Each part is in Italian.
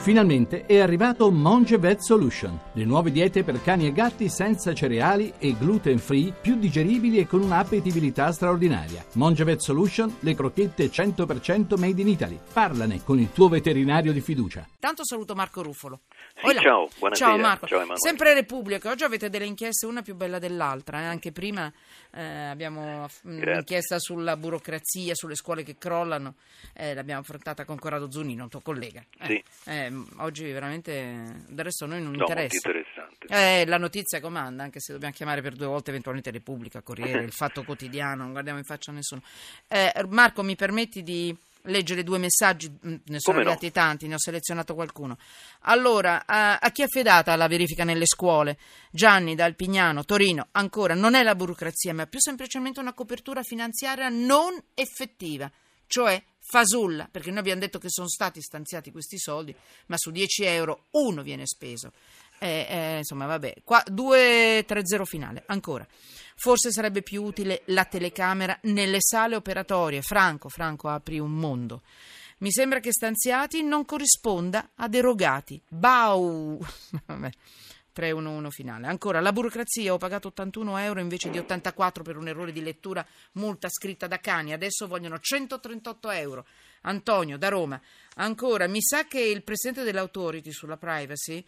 Finalmente è arrivato Monge Vet Solution, le nuove diete per cani e gatti senza cereali e gluten free, più digeribili e con un'appetibilità straordinaria. Monge Vet Solution, le crocchette 100% made in Italy. Parlane con il tuo veterinario di fiducia. Tanto saluto Marco Ruffolo. Sì, ciao, buonasera. Ciao Marco. Ciao Emanuele. Sempre Repubblica, oggi avete delle inchieste, una più bella dell'altra, Anche prima abbiamo un'inchiesta sulla burocrazia, sulle scuole che crollano, l'abbiamo affrontata con Corrado Zunino, un tuo collega. Sì. Oggi veramente, del resto a noi non Molto interessa. interessante. La notizia comanda, anche se dobbiamo chiamare per 2 volte eventualmente Repubblica, Corriere, Il Fatto Quotidiano, non guardiamo in faccia a nessuno. Marco, mi permetti di leggere 2 messaggi? Ne sono arrivati tanti, ne ho selezionato qualcuno. Allora, a chi è affidata la verifica nelle scuole? Gianni da Alpignano, Torino. Ancora, non è la burocrazia, ma più semplicemente una copertura finanziaria non effettiva, cioè fasulla, perché noi abbiamo detto che sono stati stanziati questi soldi, ma su 10 euro uno viene speso. Insomma, vabbè. Qua 2-3-0 finale. Ancora. Forse sarebbe più utile la telecamera nelle sale operatorie. Franco, apri un mondo. Mi sembra che stanziati non corrisponda ad erogati. Bau! Vabbè. 3-1-1 finale. Ancora, la burocrazia, ho pagato 81 euro invece di 84 per un errore di lettura, multa scritta da Cani, adesso vogliono 138 euro. Antonio, da Roma. Ancora, mi sa che il presidente dell'Authority sulla privacy,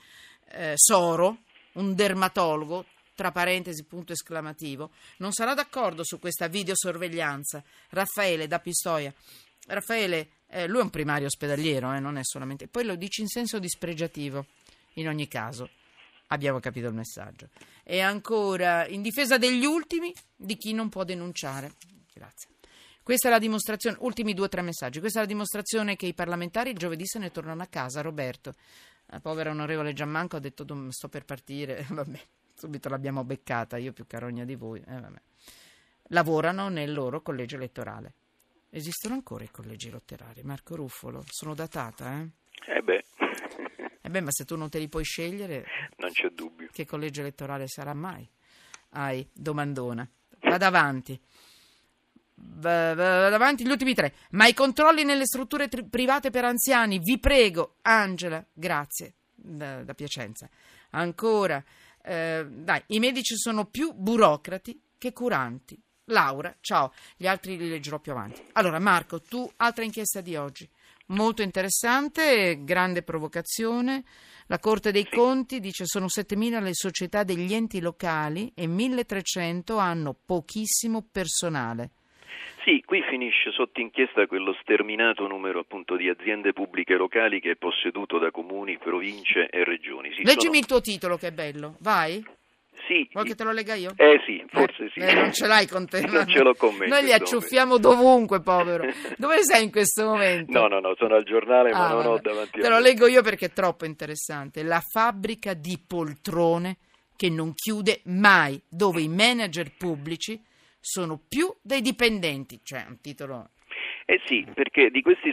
Soro, un dermatologo, tra parentesi punto esclamativo, non sarà d'accordo su questa videosorveglianza. Raffaele da Pistoia. Raffaele, lui è un primario ospedaliero, non è solamente... Poi lo dici in senso dispregiativo, in ogni caso. Abbiamo capito il messaggio. E ancora, in difesa degli ultimi, di chi non può denunciare. Grazie. Questa è la dimostrazione, ultimi 2-3 messaggi. Questa è la dimostrazione che i parlamentari il giovedì se ne tornano a casa. Roberto, la povera onorevole Giammanco ha detto sto per partire. Vabbè, subito l'abbiamo beccata, io più carogna di voi. Vabbè. Lavorano nel loro collegio elettorale. Esistono ancora i collegi elettorali, Marco Ruffolo? Sono datata, ma se tu non te li puoi scegliere, non c'è dubbio. Che collegio elettorale sarà mai? Domandona. Vado avanti. Vado avanti, gli ultimi 3. Ma i controlli nelle strutture private per anziani, vi prego. Angela, grazie, da Piacenza. Ancora, i medici sono più burocrati che curanti. Laura, ciao, gli altri li leggerò più avanti. Allora Marco, tu, altra inchiesta di oggi. Molto interessante, grande provocazione. La Corte dei Conti dice sono 7.000 le società degli enti locali e 1.300 hanno pochissimo personale. Sì, qui finisce sotto inchiesta quello sterminato numero appunto di aziende pubbliche locali che è posseduto da comuni, province e regioni. Sì, leggimi il tuo titolo che è bello, vai? Sì. Vuoi che te lo legga io? Sì, forse sì. Non ce l'hai con te. Non ce l'ho con me. Noi li acciuffiamo dovunque, povero. Dove sei in questo momento? No, sono al giornale ma non ho davanti a me. Te lo leggo io perché è troppo interessante. La fabbrica di poltrone che non chiude mai, dove i manager pubblici sono più dei dipendenti. Cioè, un titolo... Sì, perché di queste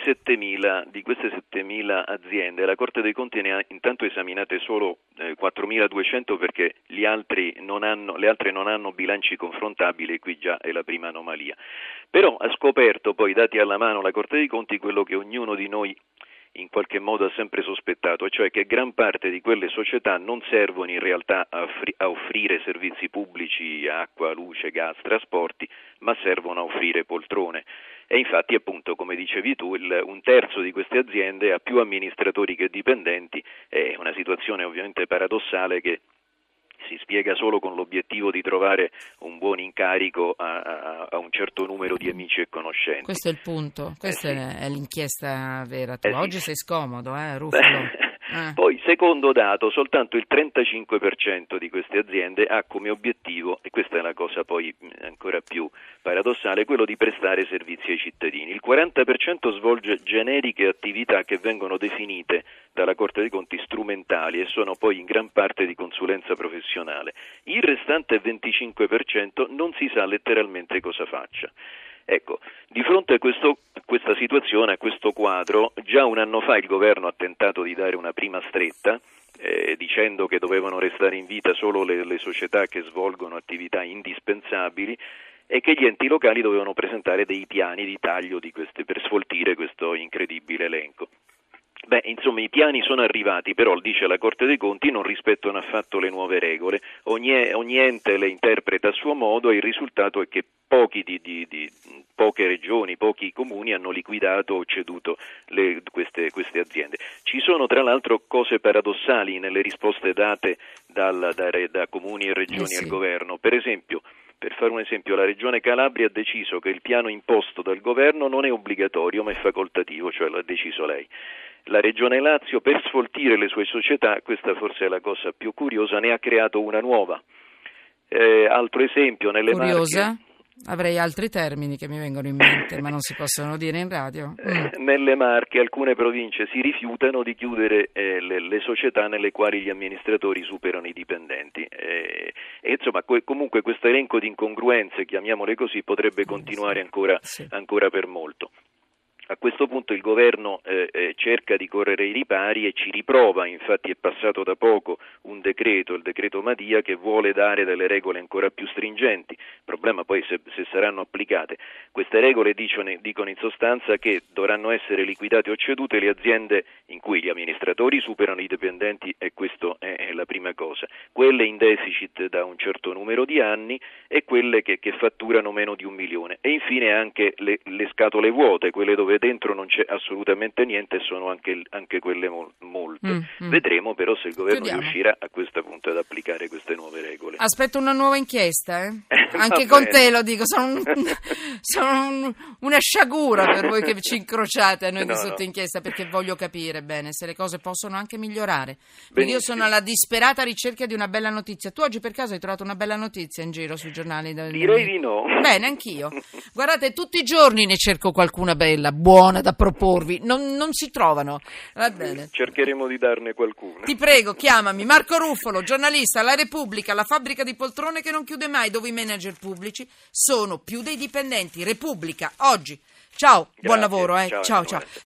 7.000 aziende la Corte dei Conti ne ha intanto esaminate solo 4.200 perché le altre non hanno bilanci confrontabili e qui già è la prima anomalia. Però ha scoperto poi, dati alla mano la Corte dei Conti, quello che ognuno di noi in qualche modo ha sempre sospettato, cioè che gran parte di quelle società non servono in realtà a offrire servizi pubblici, acqua, luce, gas, trasporti, ma servono a offrire poltrone. E infatti, appunto, come dicevi tu, un terzo di queste aziende ha più amministratori che dipendenti. È una situazione ovviamente paradossale che si spiega solo con l'obiettivo di trovare un buon incarico a un certo numero di amici e conoscenti. Questo è il punto, questa è l'inchiesta vera tua. Oggi sì. Sei scomodo, Ruffalo? Poi, secondo dato, soltanto il 35% di queste aziende ha come obiettivo, e questa è la cosa poi ancora più paradossale, quello di prestare servizi ai cittadini. Il 40% svolge generiche attività che vengono definite dalla Corte dei Conti strumentali e sono poi in gran parte di consulenza professionale. Il restante 25% non si sa letteralmente cosa faccia. Ecco, di fronte a questa situazione, a questo quadro, già un anno fa il governo ha tentato di dare una prima stretta, dicendo che dovevano restare in vita solo le società che svolgono attività indispensabili e che gli enti locali dovevano presentare dei piani di taglio di queste per sfoltire questo incredibile elenco. Beh, insomma, i piani sono arrivati, però, dice la Corte dei Conti, non rispettano affatto le nuove regole. Ogni ente le interpreta a suo modo e il risultato è che poche regioni, pochi comuni hanno liquidato o ceduto queste aziende. Ci sono tra l'altro cose paradossali nelle risposte date da comuni e regioni al governo. Per esempio, per fare un esempio, la Regione Calabria ha deciso che il piano imposto dal governo non è obbligatorio ma è facoltativo, cioè l'ha deciso lei. La Regione Lazio, per sfoltire le sue società, questa forse è la cosa più curiosa, ne ha creato una nuova. Altro esempio, nelle Curiosa? Avrei altri termini che mi vengono in mente, ma non si possono dire in radio. Nelle Marche alcune province si rifiutano di chiudere le società nelle quali gli amministratori superano i dipendenti. E insomma, comunque questo elenco di incongruenze, chiamiamole così, potrebbe continuare ancora per molto. A questo punto il governo cerca di correre ai ripari e ci riprova, infatti è passato da poco un decreto, il decreto Madia, che vuole dare delle regole ancora più stringenti. Il problema poi se saranno applicate. Queste regole dicono in sostanza che dovranno essere liquidate o cedute le aziende in cui gli amministratori superano i dipendenti, e questo è la prima cosa, quelle in deficit da un certo numero di anni e quelle che fatturano meno di 1 milione, e infine anche le scatole vuote, quelle dove dentro non c'è assolutamente niente, e sono anche quelle molte. Vedremo però se il governo riuscirà a questo punto ad applicare queste nuove regole. Aspetto una nuova inchiesta, anche con te lo dico, sono una sciagura per voi che ci incrociate a noi di sotto inchiesta, perché voglio capire bene se le cose possono anche migliorare. Perché io sono alla disperata ricerca di una bella notizia. Tu oggi per caso hai trovato una bella notizia in giro sui giornali? Direi di no. Bene, anch'io. Guardate, tutti i giorni ne cerco qualcuna bella, buona da proporvi. Non si trovano. Va bene. Cercheremo di darne qualcuna. Ti prego, chiamami. Marco Ruffolo, giornalista, La Repubblica, la fabbrica di poltrone che non chiude mai, dove i manager pubblici sono più dei dipendenti. Repubblica, oggi. Ciao, buon lavoro. Ciao.